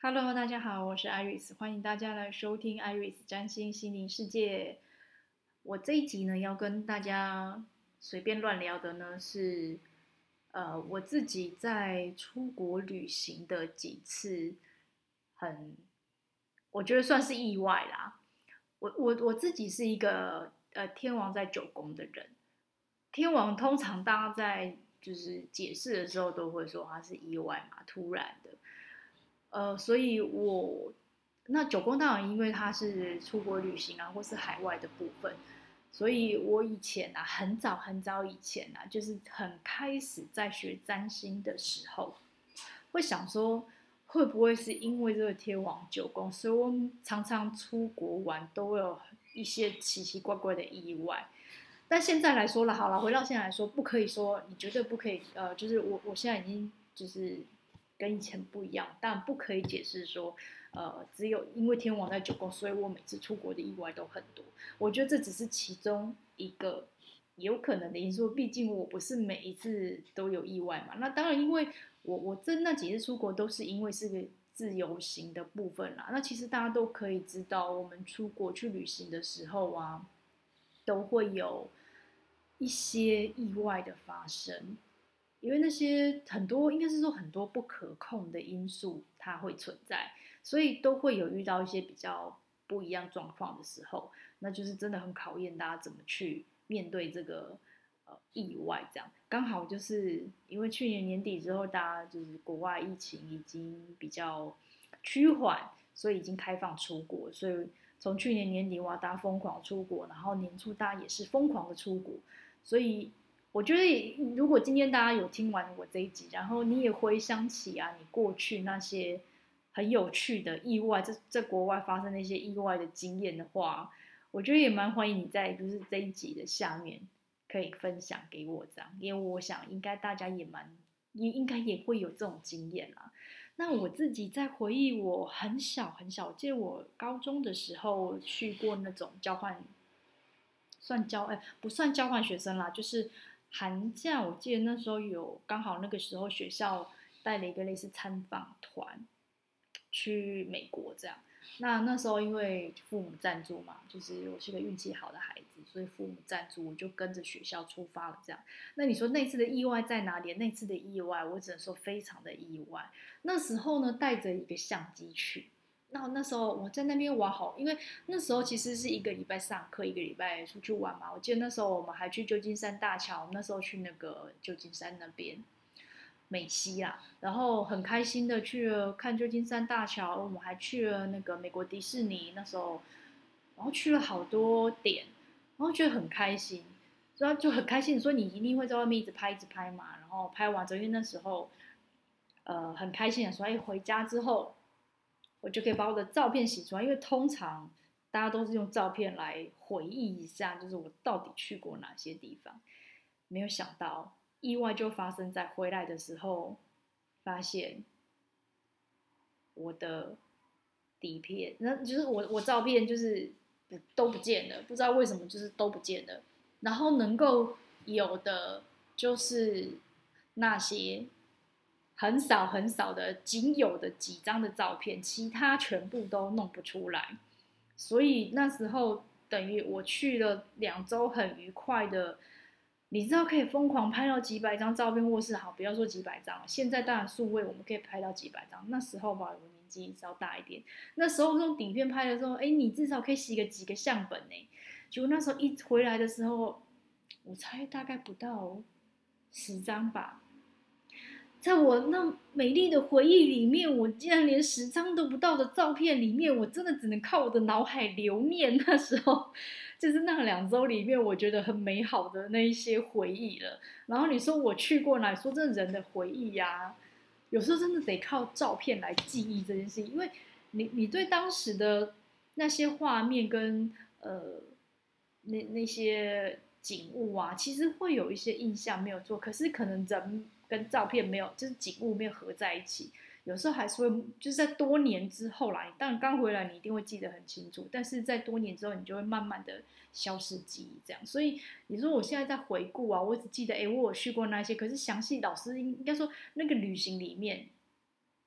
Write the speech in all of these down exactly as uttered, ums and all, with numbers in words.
Hello，大家好，我是 Iris，欢迎大家来收听 Iris 占星心灵世界。我这一集呢，要跟大家随便乱聊的呢是，呃，我自己在出国旅行的几次很，我觉得算是意外啦。我我我自己是一个呃天王在九宫的人，天王通常大家在就是解释的时候都会说它是意外嘛，突然的。呃，所以我那九宫当然因为它是出国旅行啊，或是海外的部分，所以我以前啊，很早很早以前啊，就是很开始在学占星的时候，会想说，会不会是因为这个天王九宫，所以我常常出国玩都会有一些奇奇怪怪的意外。但现在来说了，好了，回到现在来说，不可以说你绝对不可以，呃，就是我我现在已经就是跟以前不一样，但不可以解释说，呃，只有因为天王在九宫，所以我每次出国的意外都很多。我觉得这只是其中一个有可能的因素，毕竟我不是每一次都有意外嘛。那当然，因为我我这那几次出国都是因为是个自由行的部分啦。那其实大家都可以知道，我们出国去旅行的时候啊，都会有一些意外的发生，因为那些很多应该是说很多不可控的因素它会存在，所以都会有遇到一些比较不一样状况的时候，那就是真的很考验大家怎么去面对这个呃意外。这样刚好就是因为去年年底之后，大家就是国外疫情已经比较趋缓，所以已经开放出国，所以从去年年底哇，大家疯狂出国，然后年初大家也是疯狂的出国，所以我觉得，如果今天大家有听完我这一集，然后你也回想起啊，你过去那些很有趣的意外，在在国外发生那些意外的经验的话，我觉得也蛮欢迎你在就是这一集的下面可以分享给我这样，因为我想应该大家也蛮也应该也会有这种经验啦。那我自己在回忆我很小很小，我记得我高中的时候去过那种交换算交哎、不算交换学生啦，就是寒假，我记得那时候有刚好那个时候学校带了一个类似参访团去美国这样。那那时候因为父母赞助嘛，就是我是个运气好的孩子，所以父母赞助，我就跟着学校出发了这样。那你说那次的意外在哪里？那次的意外，我只能说非常的意外。那时候呢，带着一个相机去，那那时候我在那边玩好，因为那时候其实是一个礼拜上课，一个礼拜出去玩嘛。我记得那时候我们还去旧金山大桥，我们那时候去那个旧金山那边美西啦，然后很开心的去了看旧金山大桥，我们还去了那个美国迪士尼，那时候，然后去了好多点，然后觉得很开心，所以就很开心。你说你一定会在外面一直拍一直拍嘛，然后拍完之后，因为那时候呃很开心的说，哎，回家之后我就可以把我的照片洗出来，因为通常大家都是用照片来回忆一下，就是我到底去过哪些地方。没有想到意外就发生在回来的时候，发现我的底片，那就是我我照片就是不都不见了，不知道为什么就是都不见了。然后能够有的就是那些很少很少的仅有的几张的照片，其他全部都弄不出来。所以那时候等于我去了两周，很愉快的。你知道可以疯狂拍到几百张照片，或是好，不要说几百张，现在当然数位我们可以拍到几百张。那时候吧，我年纪稍大一点，那时候用底片拍的时候，哎，你至少可以洗个几个相本呢。结果那时候一回来的时候，我猜大概不到十张吧。在我那美丽的回忆里面，我竟然连十张都不到的照片里面，我真的只能靠我的脑海留念那时候，就是那两周里面，我觉得很美好的那一些回忆了。然后你说我去过哪里？说真的，人的回忆呀、啊，有时候真的得靠照片来记忆这件事情，因为你你对当时的那些画面跟呃那那些景物啊，其实会有一些印象没有做，可是可能人跟照片没有，就是景物没有合在一起，有时候还是会就是在多年之后啦，你当然刚回来你一定会记得很清楚，但是在多年之后你就会慢慢的消失记忆这样，所以你说我现在在回顾啊，我只记得哎我有去过那些，可是详细老师应该说那个旅行里面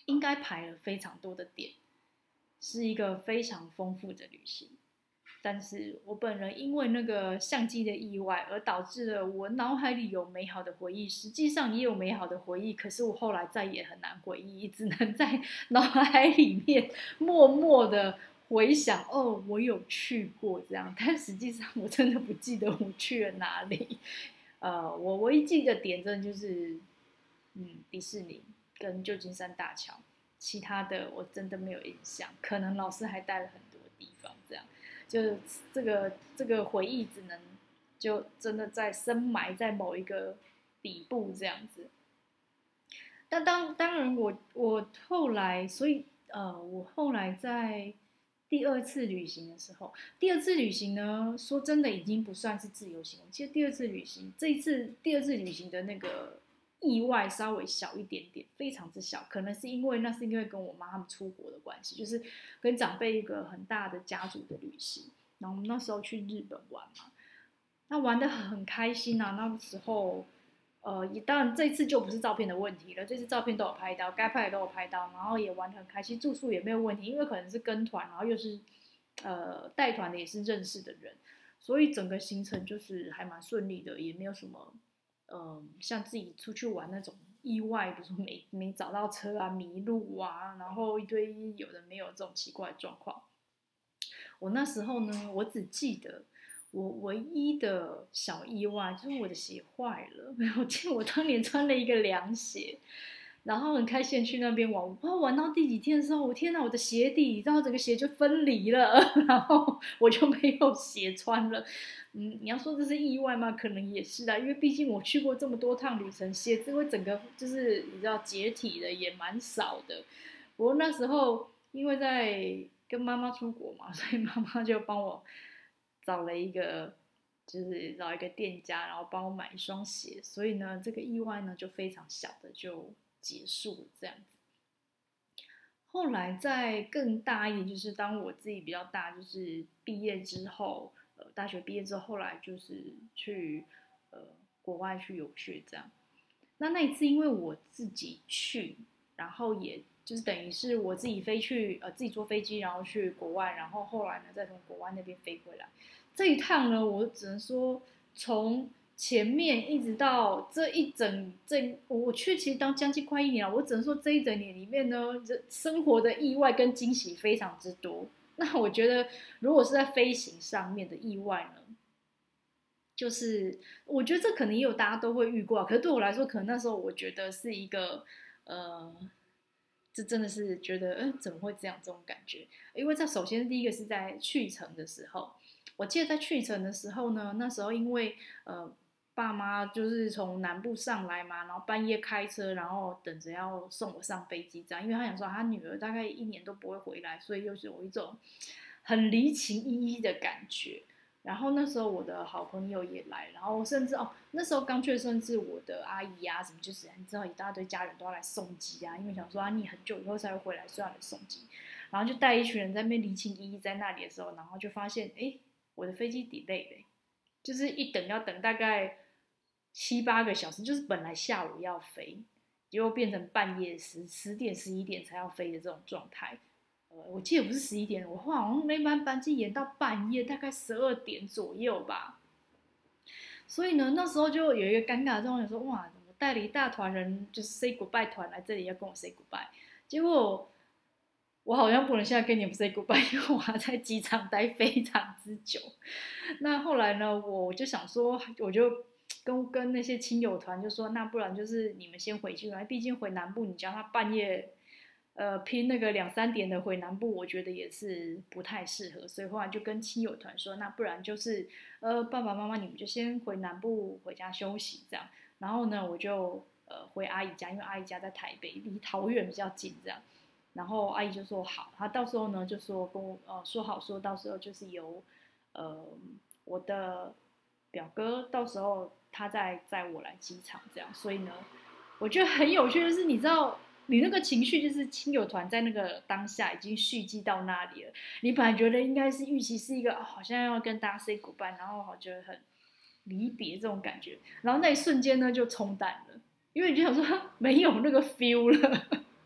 应该排了非常多的点，是一个非常丰富的旅行。但是我本人因为那个相机的意外，而导致了我脑海里有美好的回忆，实际上也有美好的回忆，可是我后来再也很难回忆，只能在脑海里面默默的回想，哦，我有去过这样，但实际上我真的不记得我去了哪里。呃，我唯一记得点真的就是，嗯，迪士尼跟旧金山大桥，其他的我真的没有印象，可能老师还带了很多地方这样。就这个这个回忆只能就真的在深埋在某一个底部这样子。但当当然我我后来，所以呃，我后来在第二次旅行的时候，第二次旅行呢，说真的已经不算是自由行。其实第二次旅行，这一次第二次旅行的那个意外稍微小一点点，非常之小，可能是因为那是因为跟我妈他们出国的关系，就是跟长辈一个很大的家族的旅行。然后我们那时候去日本玩嘛，那玩的很开心啊。那时候，呃，也当然这一次就不是照片的问题了，这次照片都有拍到，该拍的都有拍到，然后也玩得很开心，住宿也没有问题，因为可能是跟团，然后又是呃带团的也是认识的人，所以整个行程就是还蛮顺利的，也没有什么，嗯、呃，像自己出去玩那种意外，比如说没没找到车啊、迷路啊，然后一堆有的没有这种奇怪的状况。我那时候呢，我只记得我唯一的小意外就是我的鞋坏了。我记得我当年穿了一个凉鞋，然后很开心去那边玩。我不知道玩到第几天的时候，我天哪，我的鞋底，然后整个鞋就分离了，然后我就没有鞋穿了。嗯，你要说这是意外吗？可能也是啊，因为毕竟我去过这么多趟旅程，鞋子会整个就是你知道解体的也蛮少的。不过那时候因为在跟妈妈出国嘛，所以妈妈就帮我找了一个，就是找一个店家，然后帮我买一双鞋。所以呢，这个意外呢就非常小的就结束了这样子。后来再更大一点，就是当我自己比较大，就是毕业之后，呃，大学毕业之后，后来就是去呃国外去游学这样。那那一次因为我自己去，然后也就是等于是我自己飞去，呃，自己坐飞机，然后去国外，然后后来呢再从国外那边飞回来。这一趟呢，我只能说从前面一直到这一整这我去其实当将近快一年了，我只能说这一整年里面呢，这生活的意外跟惊喜非常之多。那我觉得如果是在飞行上面的意外呢，就是我觉得这可能也有大家都会遇过啊，可是对我来说，可能那时候我觉得是一个呃，这真的是觉得，嗯，怎么会这样这种感觉？因为在首先第一个是在去程的时候，我记得在去程的时候呢，那时候因为呃爸妈就是从南部上来嘛，然后半夜开车，然后等着要送我上飞机这样，因为他想说他女儿大概一年都不会回来，所以又是有一种很离情依依的感觉。然后那时候我的好朋友也来，然后甚至哦，那时候刚去，甚至我的阿姨啊什么，就是你知道一大堆家人都要来送机啊，因为想说啊你很久以后才会回来，所以要来送机，然后就带一群人在那边离情依依在那里的时候，然后就发现哎，我的飞机 delay 了，就是一等要等大概七八个小时，就是本来下午要飞，结果变成半夜十十点十一点才要飞的这种状态。呃，我记得不是十一点，我后来好像那班班机延到半夜，大概十二点左右吧。所以呢，那时候就有一个尴尬的状况，说哇，我带了一大团人，就是 say goodbye 团来这里要跟我 say goodbye，结果我好像不能现在跟你们 say goodbye，因为我还在机场待非常之久。那后来呢，我就想说，我就跟跟那些亲友团就说，那不然就是你们先回去吧，毕竟回南部，你叫他半夜呃拼那个两三点的回南部，我觉得也是不太适合，所以后来就跟亲友团说，那不然就是呃爸爸妈妈你们就先回南部回家休息这样，然后呢我就呃回阿姨家，因为阿姨家在台北，离桃园比较近这样，然后阿姨就说好，她到时候呢就说跟我呃说好说到时候就是由呃我的表哥到时候他再载我来机场这样，所以呢我觉得很有趣的是，你知道，你那个情绪就是亲友团在那个当下已经蓄积到那里了。你本来觉得应该是预期是一个、哦、好像要跟大家 say goodbye，然后好觉得很离别这种感觉，然后那一瞬间呢就冲淡了，因为你就想说没有那个 feel 了。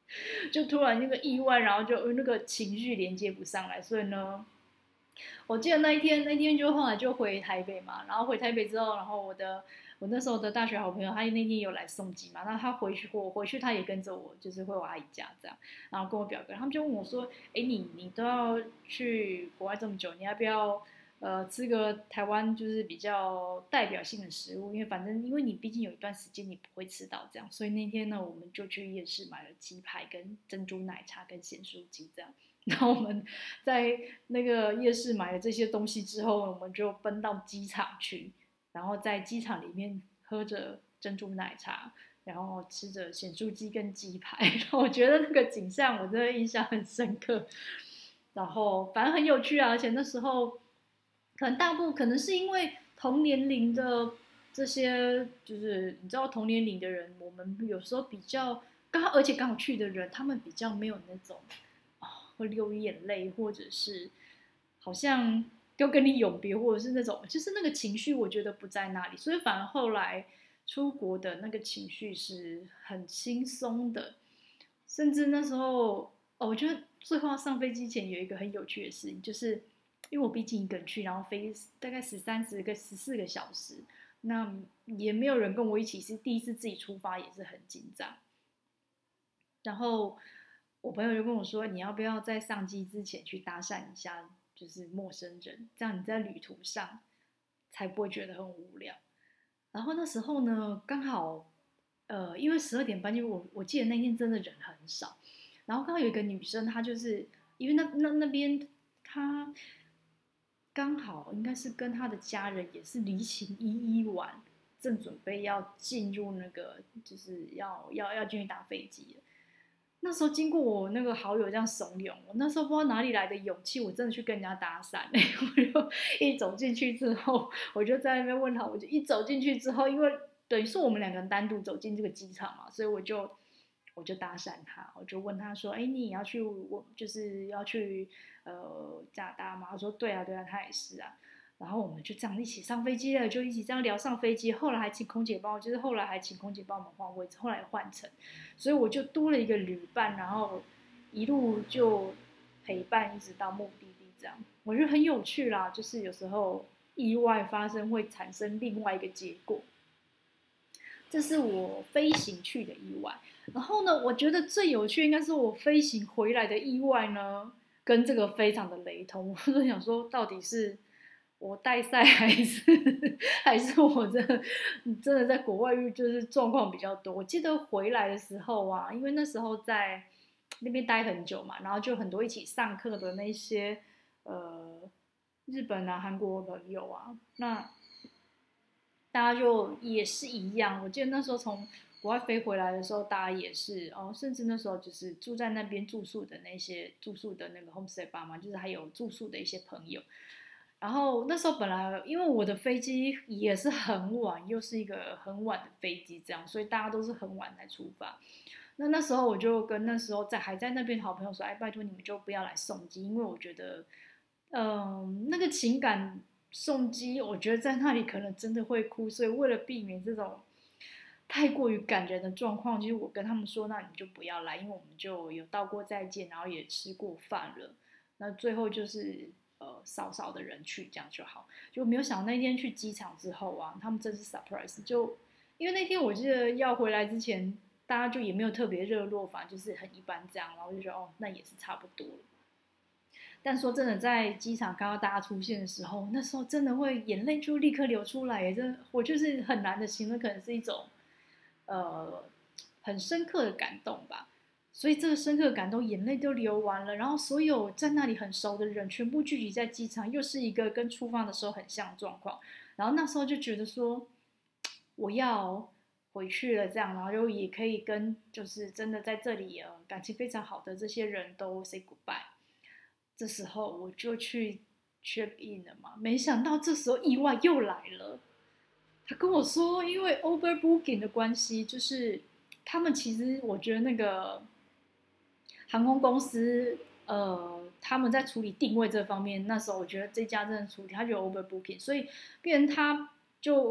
就突然那个意外，然后就那个情绪连接不上来，所以呢，我记得那一天，那天就后来就回台北嘛，然后回台北之后，然后我的我那时候的大学好朋友，他那天有来送机嘛，那他回去我回去他也跟着我，就是回我阿姨家这样，然后跟我表哥，他们就问我说，哎，你你都要去国外这么久，你要不要呃吃个台湾就是比较代表性的食物？因为反正因为你毕竟有一段时间你不会吃到这样，所以那天呢我们就去夜市买了鸡排跟珍珠奶茶跟咸酥鸡这样。然后我们在那个夜市买了这些东西之后，我们就奔到机场去，然后在机场里面喝着珍珠奶茶，然后吃着咸酥鸡跟鸡排，然后我觉得那个景象我真的印象很深刻。然后反正很有趣啊，而且那时候可能大部可能是因为同年龄的这些，就是你知道同年龄的人，我们有时候比较刚好，而且刚好去的人，他们比较没有那种会流眼泪，或者是好像要跟你永别，或者是那种就是那个情绪，我觉得不在那里，所以反而后来出国的那个情绪是很轻松的，甚至那时候哦，我觉得最后要上飞机前有一个很有趣的事情，就是因为我毕竟一个人去，然后飞大概十三十个十四个小时，那也没有人跟我一起，是第一次自己出发，也是很紧张。然后我朋友就跟我说，你要不要在上机之前去搭讪一下，就是陌生人，这样你在旅途上才不会觉得很无聊。然后那时候呢，刚好呃，因为十二点半，因为我我记得那天真的人很少，然后刚好有一个女生，她就是因为那那那边她刚好应该是跟她的家人也是离情依依完，正准备要进入那个就是要要要进去搭飞机了。那时候经过我那个好友这样怂恿，我那时候不知道哪里来的勇气，我真的去跟人家搭讪、欸、我就一走进去之后，我就在那边问他，我就一走进去之后，因为等于是我们两个人单独走进这个机场嘛，所以我就我就搭讪他，我就问他说，哎、欸，你也要去我就是要去呃加拿大吗？他说对啊对啊，他也是啊。然后我们就这样一起上飞机了，就一起这样聊上飞机。后来还请空姐帮我，就是后来还请空姐帮我们换位置，后来换乘，所以我就多了一个旅伴，然后一路就陪伴一直到目的地，这样我觉得很有趣啦。就是有时候意外发生会产生另外一个结果，这是我飞行去的意外。然后呢，我觉得最有趣应该是我飞行回来的意外呢，跟这个非常的雷同。我就想说，到底是我带赛还是还是我真的真的在国外遇就是状况比较多。我记得回来的时候啊，因为那时候在那边待很久嘛，然后就很多一起上课的那些呃日本啊、韩国朋友啊，那大家就也是一样。我记得那时候从国外飞回来的时候，大家也是哦，甚至那时候就是住在那边住宿的那些住宿的那个 homestay 吧嘛，就是还有住宿的一些朋友。然后那时候本来因为我的飞机也是很晚，又是一个很晚的飞机，这样，所以大家都是很晚才出发。那那时候我就跟那时候在还在那边的好朋友说，哎，拜托你们就不要来送机，因为我觉得，嗯，那个情感送机，我觉得在那里可能真的会哭，所以为了避免这种太过于感人的状况，其实我跟他们说，那你就不要来，因为我们就有道过再见，然后也吃过饭了，那最后就是呃少少的人去这样就好。就没有想到那天去机场之后啊，他们真是 surprise，就因为那天我记得要回来之前，大家就也没有特别热络，反正就是很一般这样，然后我就觉得哦，那也是差不多了。但说真的，在机场看到大家出现的时候，那时候真的会眼泪就立刻流出来耶，真我就是很难的形容，可能是一种呃很深刻的感动吧。所以这个深刻的感动，眼泪都流完了，然后所有在那里很熟的人全部聚集在机场，又是一个跟出发的时候很像的状况。然后那时候就觉得说，我要回去了，这样，然后又也可以跟就是真的在这里呃感情非常好的这些人都 say goodbye。这时候我就去 check in 了嘛，没想到这时候意外又来了。他跟我说，因为 overbooking 的关系，就是他们其实我觉得那个航空公司，呃，他们在处理定位这方面，那时候我觉得这家真的处理，他就 overbooking，所以变成他就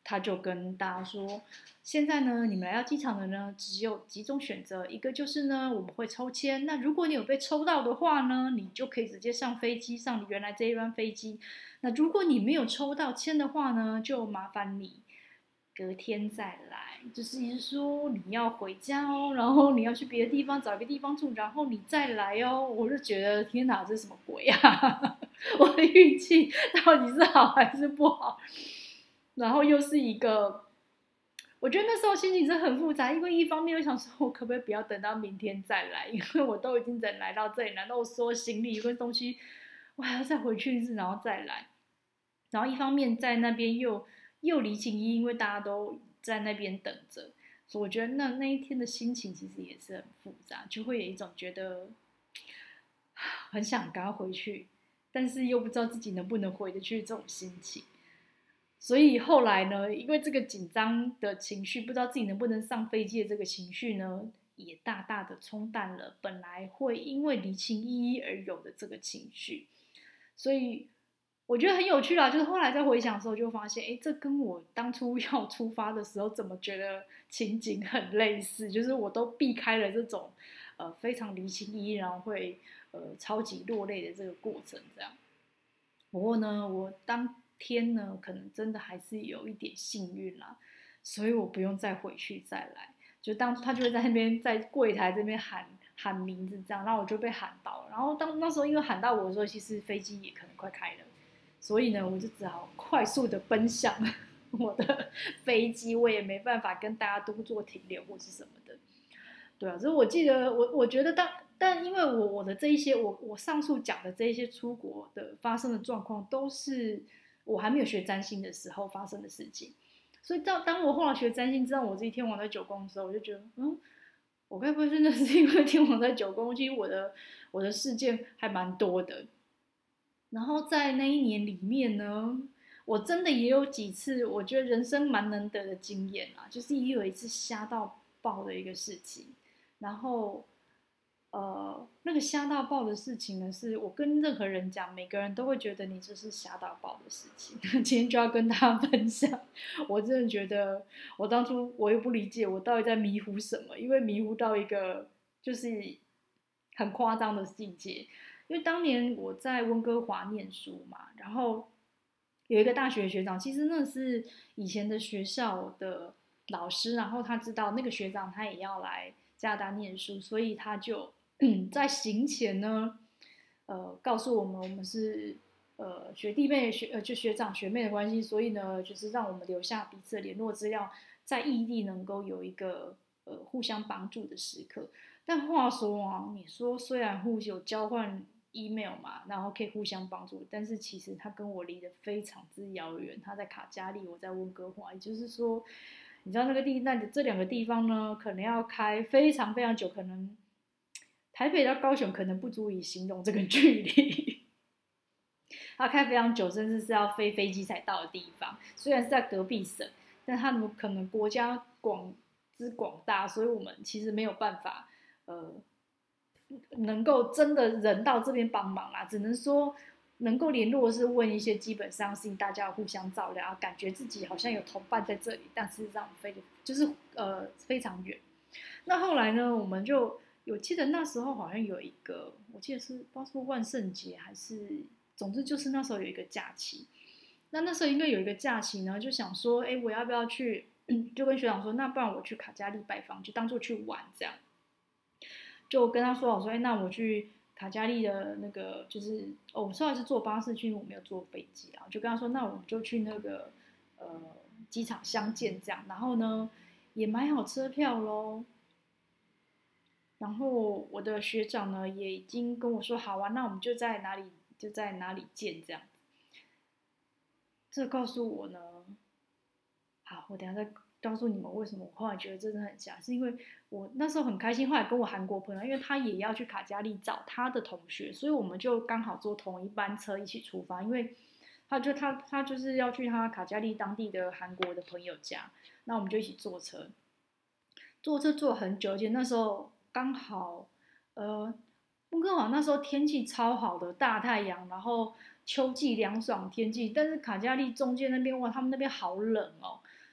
他就跟大家说，现在呢，你们来到机场的呢，只有几种选择，一个就是呢，我们会抽签，那如果你有被抽到的话呢，你就可以直接上飞机，上原来这一班飞机。那如果你没有抽到签的话呢，就麻烦你隔天再来，就是说你要回家哦，然后你要去别的地方找一个地方住，然后你再来哦。我就觉得天哪，这是什么鬼啊？我的运气到底是好还是不好？然后又是一个，我觉得那时候心情是很复杂，因为一方面我想说，我可不可以不要等到明天再来？因为我都已经人来到这里，难道我所有行李跟东西，我还要再回去一次，然后再来？然后一方面在那边又又离情依，因为大家都在那边等着，所以我觉得那那一天的心情其实也是很复杂，就会有一种觉得很想赶快回去，但是又不知道自己能不能回得去这种心情。所以后来呢，因为这个紧张的情绪，不知道自己能不能上飞机的这个情绪呢，也大大的冲淡了本来会因为离情依依而有的这个情绪。所以我觉得很有趣啦，就是后来在回想的时候，就发现，哎，这跟我当初要出发的时候，怎么觉得情景很类似？就是我都避开了这种呃非常离情依依，然后会呃超级落泪的这个过程，这样。不过呢，我当天呢，可能真的还是有一点幸运啦，所以我不用再回去再来。就当初他就会在那边在柜台这边喊喊名字这样，然后我就被喊到了。然后当那时候因为喊到我的时候，其实飞机也可能快开了，所以呢，我就只好快速的奔向我的飞机，我也没办法跟大家多做停留或是什么的。对啊，所以我记得我我觉得当但因为我我的这一些我我上述讲的这一些出国的发生的状况，都是我还没有学占星的时候发生的事情。所以当当我后来学占星，知道我自己天王在九宫的时候，我就觉得，嗯，我该不会真的是因为天王在九宫，其实我的我的事件还蛮多的。然后在那一年里面呢，我真的也有几次，我觉得人生蛮难得的经验啊，就是也有一次瞎到爆的一个事情。然后，呃，那个瞎到爆的事情呢，是我跟任何人讲，每个人都会觉得你这是瞎到爆的事情。今天就要跟大家分享，我真的觉得我当初我又不理解我到底在迷糊什么，因为迷糊到一个就是很夸张的境界。因为当年我在温哥华念书嘛，然后有一个大学学长，其实那是以前的学校的老师，然后他知道那个学长他也要来加拿大念书，所以他就在行前呢，呃，告诉我们我们是呃学弟妹学呃就学长学妹的关系，所以呢，就是让我们留下彼此的联络资料，在异地能够有一个呃互相帮助的时刻。但话说啊，你说虽然互有交换 email 嘛，然后可以互相帮助，但是其实他跟我离得非常之遥远。他在卡加利，我在温哥华，也就是说，你知道那个地那这两个地方呢，可能要开非常非常久，可能台北到高雄可能不足以形容这个距离。他开非常久，甚至是要飞飞机才到的地方。虽然是在隔壁省，但他们可能国家广之广大，所以我们其实没有办法，呃，能够真的人到这边帮忙啦。只能说能够联络是问一些基本上事情，大家互相照料，感觉自己好像有同伴在这里，但事实上飞就是呃非常远。那后来呢，我们就有记得那时候好像有一个，我记得是不知道是万圣节还是，总之就是那时候有一个假期。那那时候应该有一个假期呢，就想说，哎，我要不要去？就跟学长说，那不然我去卡加利拜访，就当做去玩这样。就跟他说，我说，哎，那我去卡加利的那个，就是哦，我后来是坐巴士去，因为我没有坐飞机啊。就跟他说，那我们就去那个呃机场相见这样。然后呢，也买好车票咯。然后我的学长呢也已经跟我说好啊，那我们就在哪里就在哪里见这样。这告诉我呢，好，我等下再告诉你们为什么我后来觉得真的很像，是因为我那时候很开心，后来跟我韩国朋友，因为他也要去卡加利找他的同学，所以我们就刚好坐同一班车一起出发，因为他就他他就是要去他卡加利当地的韩国的朋友家，那我们就一起坐车，坐车坐很久，而且那时候刚好呃温哥华那时候天气超好的，大太阳，然后秋季凉爽天气，但是卡加利中间那边哇，他们那边好冷哦。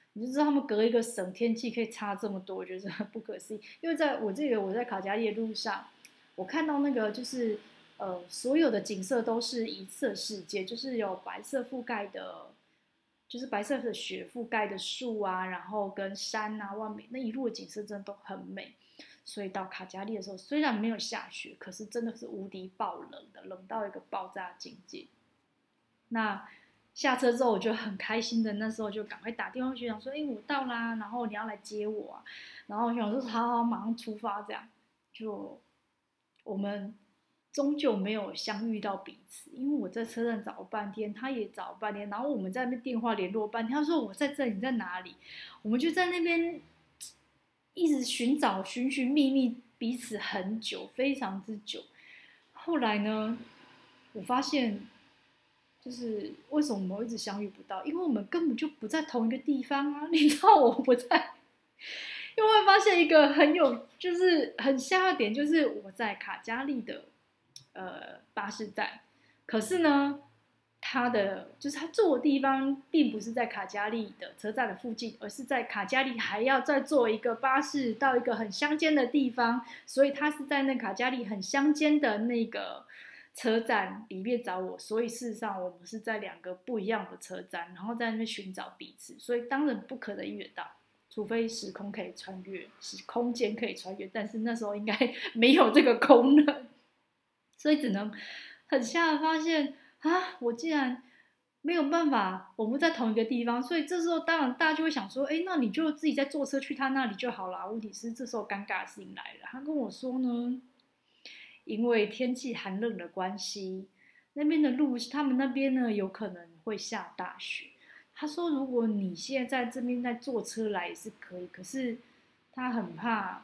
你就知道他们隔一个省天气可以差这么多，我觉得很不可思议。因为在我这个我在卡加利的路上，我看到那个就是呃所有的景色都是一色世界，就是有白色覆盖的，就是白色的雪覆盖的树啊，然后跟山啊，外面那一路的景色真的都很美。所以到卡加利的时候，虽然没有下雪，可是真的是无敌爆冷的，冷到一个爆炸境界。那下车之后我就很开心的，那时候就赶快打电话去讲说，哎、欸，我到啦，然后你要来接我啊。然后我想说好好，马上出发，这样就我们终究没有相遇到彼此，因为我在车站找了半天，他也找了半天，然后我们在那边电话联络半天，他说我在这里，你在哪里？我们就在那边一直寻找寻寻觅觅彼此很久，非常之久。后来呢，我发现就是为什么我们一直相遇不到，因为我们根本就不在同一个地方啊！你知道我不在，因为会发现一个很有就是很瞎的点，就是我在卡加利的呃巴士站，可是呢，他的就是他住的地方并不是在卡加利的车站的附近，而是在卡加利还要再坐一个巴士到一个很乡间的地方，所以他是在那卡加利很乡间的那个车站里面找我，所以事实上我们是在两个不一样的车站，然后在那边寻找彼此，所以当然不可能遇得到，除非时空可以穿越，时空间可以穿越，但是那时候应该没有这个功能，所以只能很吓的发现啊，我竟然没有办法，我们在同一个地方，所以这时候当然大家就会想说，哎，那你就自己再坐车去他那里就好了。问题是这时候尴尬的事情来了，他跟我说呢，因为天气寒冷的关系，那边的路，他们那边呢有可能会下大雪。他说，如果你现在在这边在坐车来也是可以，可是他很怕，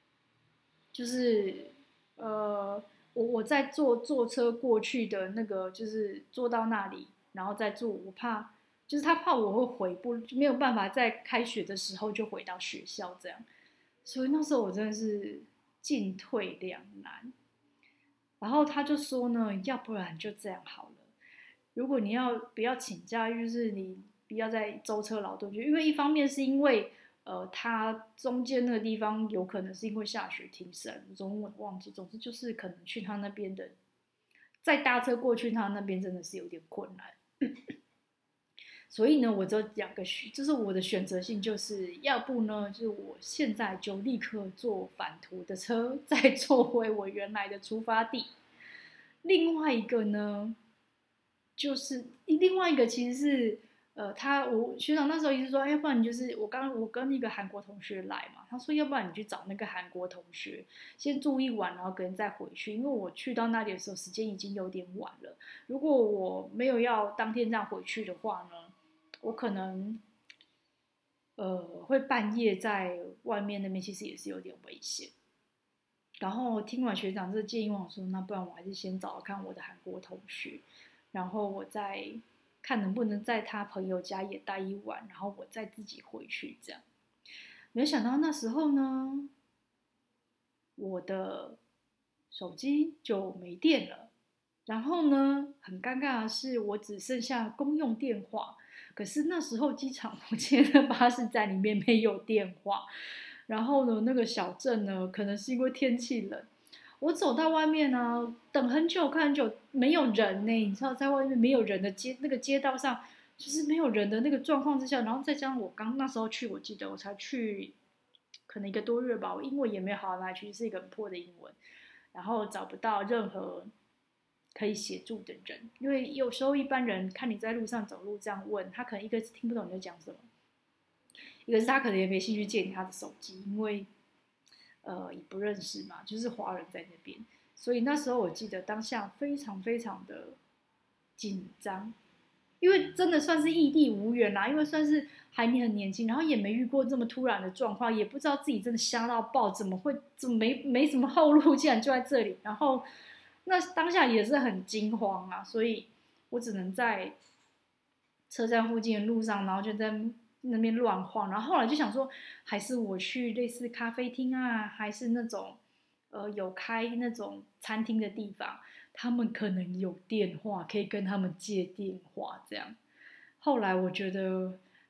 就是呃，我我在坐坐车过去的那个，就是坐到那里，然后再住，我怕，就是他怕我会回不，没有办法在开学的时候就回到学校这样，所以那时候我真的是进退两难。然后他就说呢，要不然就这样好了。如果你要不要请假，就是你不要再舟车劳顿去，因为一方面是因为呃，它中间那个地方有可能是因为下雪停驶，中文忘记，总之就是可能去他那边的，再搭车过去他那边真的是有点困难。所以呢，我这两个选，就是我的选择性，就是要不呢，就是我现在就立刻坐返途的车，再坐回我原来的出发地。另外一个呢，就是另外一个其实是，呃，他我学长那时候意思说，要不然你就是我刚我跟一个韩国同学来嘛，他说要不然你去找那个韩国同学，先住一晚，然后可能再回去，因为我去到那里的时候时间已经有点晚了，如果我没有要当天这样回去的话呢？我可能，呃，会半夜在外面那边，其实也是有点危险。然后听完学长这个建议，我说，那不然我还是先找看我的韩国同学，然后我再看能不能在他朋友家也待一晚，然后我再自己回去这样。没想到那时候呢，我的手机就没电了，然后呢，很尴尬的是，我只剩下公用电话。可是那时候机场附近的巴士站里面没有电话，然后呢，那个小镇呢，可能是因为天气冷，我走到外面呢，等很久看很久没有人呢，你知道，在外面没有人的街那个街道上，就是没有人的那个状况之下，然后再加上我刚那时候去，我记得我才去可能一个多月吧，我英文也没有好到哪里去，是一个很破的英文，然后找不到任何可以协助的人，因为有时候一般人看你在路上走路这样问他，可能一个是听不懂你在讲什么，一个是他可能也没兴趣借你他的手机，因为呃也不认识嘛，就是华人在那边，所以那时候我记得当下非常非常的紧张，因为真的算是异地无缘啦，因为算是还你很年轻，然后也没遇过这么突然的状况，也不知道自己真的瞎到爆，怎么会怎么没没什么后路，竟然就在这里，然后。那当下也是很惊慌啊，所以我只能在车站附近的路上，然后就在那边乱晃。然后后来就想说，还是我去类似咖啡厅啊，还是那种呃有开那种餐厅的地方，他们可能有电话，可以跟他们借电话这样。后来我觉得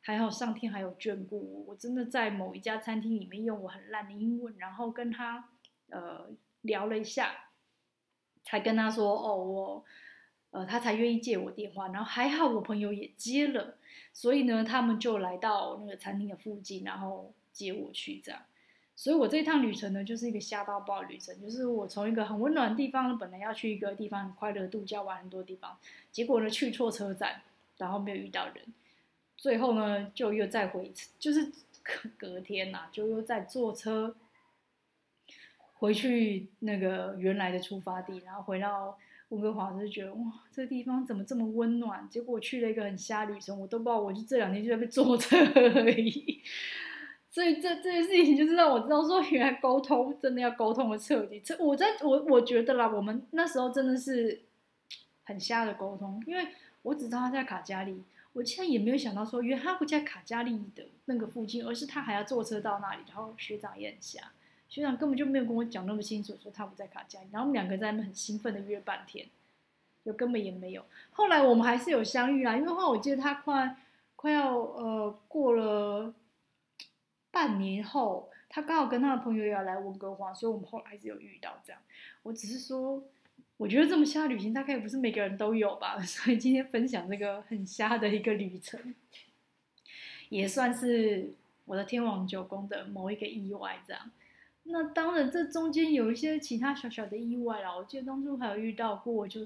还好上天还有眷顾我，我真的在某一家餐厅里面用我很烂的英文，然后跟他呃聊了一下，才跟他说哦我。呃，他才愿意借我电话，然后还好我朋友也接了，所以呢，他们就来到那个餐厅的附近，然后接我去这样。所以我这一趟旅程呢，就是一个吓到爆的旅程，就是我从一个很温暖的地方，本来要去一个地方很快乐度假玩很多地方，结果呢去错车站，然后没有遇到人，最后呢就又再回，就是隔天呐、啊，就又再坐车回去那个原来的出发地，然后回到温哥华，就觉得哇，这个地方怎么这么温暖？结果我去了一个很瞎旅程，我都不知道，我就这两天就在被坐车而已。所以这这件事情就是让我知道说，原来沟通真的要沟通的彻底。这我在我我觉得啦，我们那时候真的是很瞎的沟通，因为我只知道他在卡加利，我现在也没有想到说，原来他不在卡加利的那个附近，而是他还要坐车到那里，然后学长也很瞎。学长根本就没有跟我讲那么清楚，说他不在卡加里，然后我们两个在那边很兴奋的约半天，就根本也没有。后来我们还是有相遇啦，因为后来我记得他快快要呃过了半年后，他刚好跟他的朋友也要来温哥华，所以我们后来还是有遇到这样。我只是说，我觉得这么瞎的旅行大概也不是每个人都有吧，所以今天分享这个很瞎的一个旅程，也算是我的天王九宫的某一个意外这样。那当然，这中间有一些其他小小的意外啦。我记得当初还有遇到过，就是，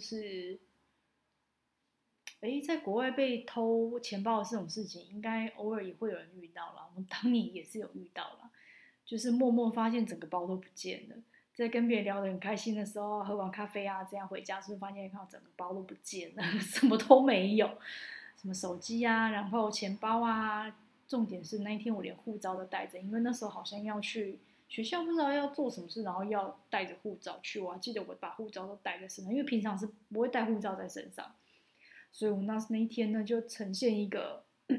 哎，在国外被偷钱包的这种事情，应该偶尔也会有人遇到啦。我们当年也是有遇到啦，就是默默发现整个包都不见了，在跟别人聊得很开心的时候，喝完咖啡啊，这样回家是不是发现看到整个包都不见了，什么都没有，什么手机啊，然后钱包啊，重点是那一天我连护照都带着，因为那时候好像要去。学校不知道要做什么事，然后要带着护照去。我还记得我把护照都带在身上，因为平常是不会带护照在身上，所以我那那一天呢就呈现一个，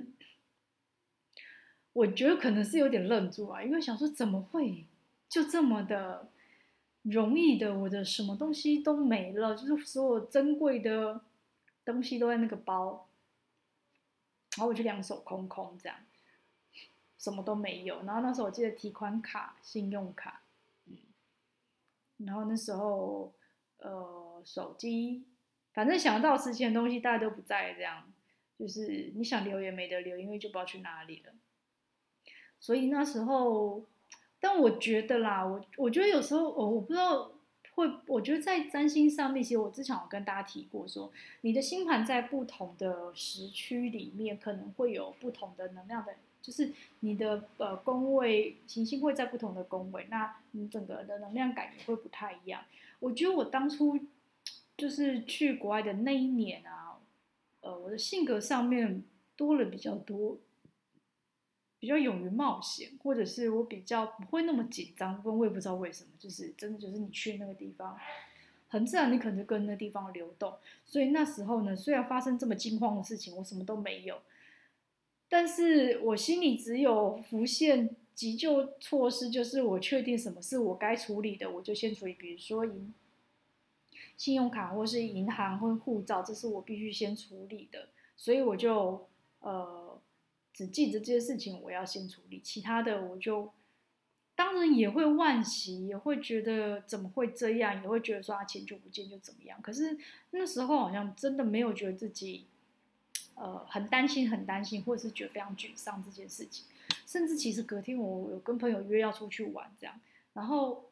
我觉得可能是有点愣住啊，因为想说怎么会就这么的容易的，我的什么东西都没了，就是所有珍贵的东西都在那个包，然后我就两手空空这样。什么都没有。然后那时候我记得提款卡、信用卡，嗯，然后那时候呃手机，反正想到值钱的东西大家都不在，这样就是你想留也没得留，因为就不知道去哪里了。所以那时候，但我觉得啦，我我觉得有时候我我不知道会，我觉得在占星上面，其实我之前有跟大家提过说，你的星盘在不同的时区里面可能会有不同的能量的。就是你的呃宫位行星会在不同的宫位，那你整个的能量感也会不太一样。我觉得我当初就是去国外的那一年啊，呃，我的性格上面多了比较多，比较勇于冒险，或者是我比较不会那么紧张，我也不知道为什么，就是真的就是你去那个地方，很自然你可能就跟那个地方流动。所以那时候呢，虽然发生这么惊慌的事情，我什么都没有。但是我心里只有浮现急救措施，就是我确定什么是我该处理的，我就先处理。比如说银信用卡或是银行或护照，这是我必须先处理的，所以我就呃只记着这些事情我要先处理，其他的我就当然也会惋惜，也会觉得怎么会这样，也会觉得说啊钱就不见就怎么样。可是那时候好像真的没有觉得自己。呃，很担心，很担心，或者是觉得非常沮丧这件事情，甚至其实隔天我有跟朋友约要出去玩这样，然后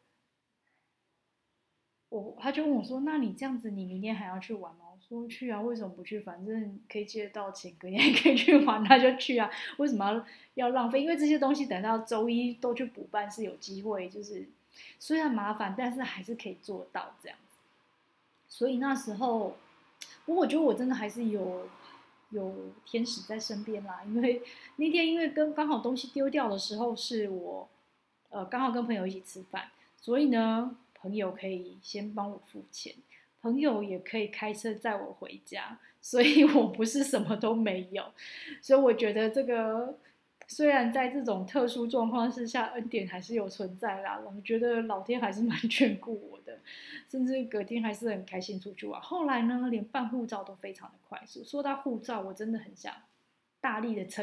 我他就问我说：“那你这样子，你明天还要去玩吗？”我说：“去啊，为什么不去？反正可以借得到钱，隔天还可以去玩，那就去啊。为什么要要浪费？因为这些东西等到周一都去补办是有机会，就是虽然麻烦，但是还是可以做到这样子。所以那时候，不过我觉得我真的还是有。”有天使在身边啦，因为那天因为跟刚好东西丢掉的时候是我，呃，刚好跟朋友一起吃饭，所以呢，朋友可以先帮我付钱，朋友也可以开车载我回家，所以我不是什么都没有，所以我觉得这个虽然在这种特殊状况之下，恩典还是有存在啦，我觉得老天还是蛮眷顾我的。甚至隔天还是很开心出去玩。后来呢，连办护照都非常的快速。说到护照，我真的很想大力的称扬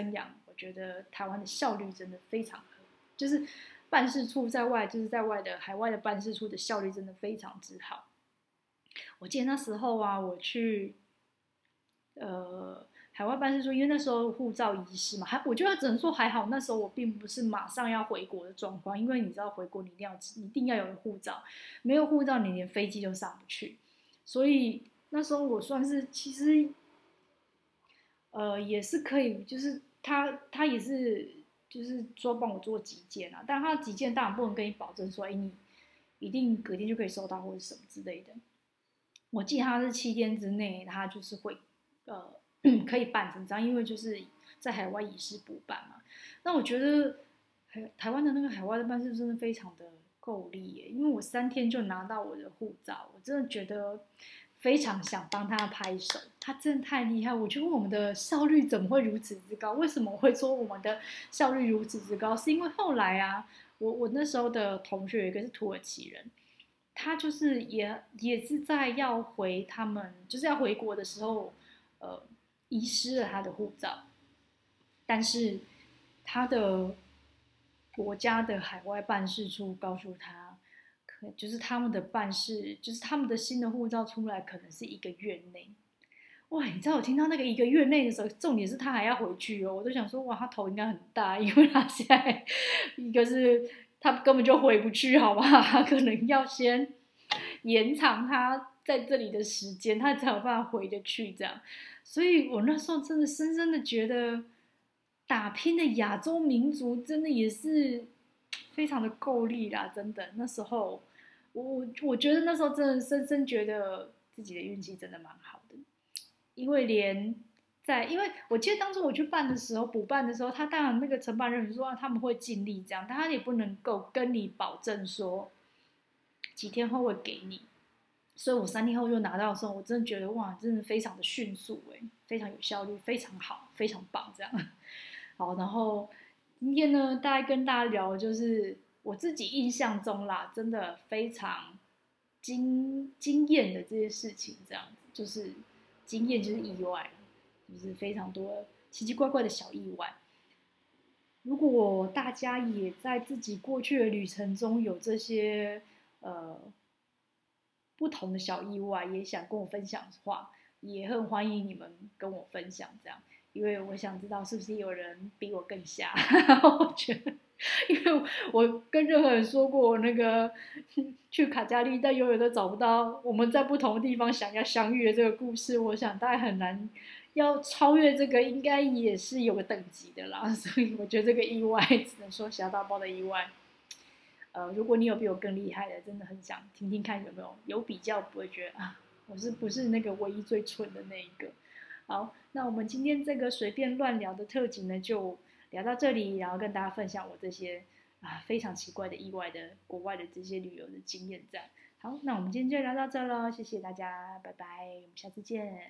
我觉得台湾的效率真的非常好，就是办事处在外，就是在外的海外的办事处的效率真的非常之好。我记得那时候啊，我去呃海外办事处，因为那时候护照遗失嘛，还我觉得只能说还好，那时候我并不是马上要回国的状况，因为你知道回国你一定要一定要有护照，没有护照你连飞机都上不去，所以那时候我算是其实呃也是可以，就是他他也是就是说帮我做急件啊，但他的急件当然不能跟你保证说，哎你一定隔天就可以收到或者什么之类的。我记得他是七天之内，他就是会呃可以办成这样，因为就是在海外以示补办嘛。那我觉得海台湾的那个海外的办事真的非常的够力耶，因为我三天就拿到我的护照，我真的觉得非常想帮他拍手，他真的太厉害。我觉得我们的效率怎么会如此之高？为什么我会说我们的效率如此之高？是因为后来啊，我我那时候的同学有一个是土耳其人。他就是也也是在要回他们，就是要回国的时候，呃，遗失了他的护照，但是他的国家的海外办事处告诉他，可就是他们的办事，就是他们的新的护照出来可能是一个月内。哇，你知道我听到那个一个月内的时候，重点是他还要回去哦，我都想说，哇，他头应该很大，因为他现在一个是他根本就回不去，好不好？他可能要先延长他在这里的时间，他才有办法回得去这样。所以我那时候真的深深的觉得，打拼的亚洲民族真的也是非常的够力啦，真的。那时候我我我觉得那时候真的深深觉得自己的运气真的蛮好的。因为连在，因为我记得当初我去办的时候，补办的时候，他当然那个承办人员说他们会尽力这样，但他也不能够跟你保证说几天后会给你。所以我三天后就拿到的时候，我真的觉得哇，真的非常的迅速哎，非常有效率，非常好，非常棒这样。好，然后今天呢，大概跟大家聊就是我自己印象中啦，真的非常惊惊艳的这些事情，这样子就是经验就是意外，就是非常多奇奇怪怪的小意外。如果大家也在自己过去的旅程中有这些呃不同的小意外，也想跟我分享的话，也很欢迎你们跟我分享这样，因为我想知道是不是有人比我更瞎。我觉得，因为我跟任何人说过我那个去卡加利，但永远都找不到我们在不同的地方想要相遇的这个故事，我想大概很难。要超越这个，应该也是有个等级的啦，所以我觉得这个意外只能说小大包的意外。呃，如果你有比我更厉害的，真的很想听听看有没有有比较，不会觉得啊，我是不是那个唯一最蠢的那一个？好，那我们今天这个随便乱聊的特辑呢，就聊到这里，然后跟大家分享我这些啊非常奇怪的意外的国外的这些旅游的经验，这样。好，那我们今天就聊到这喽，谢谢大家，拜拜，我们下次见。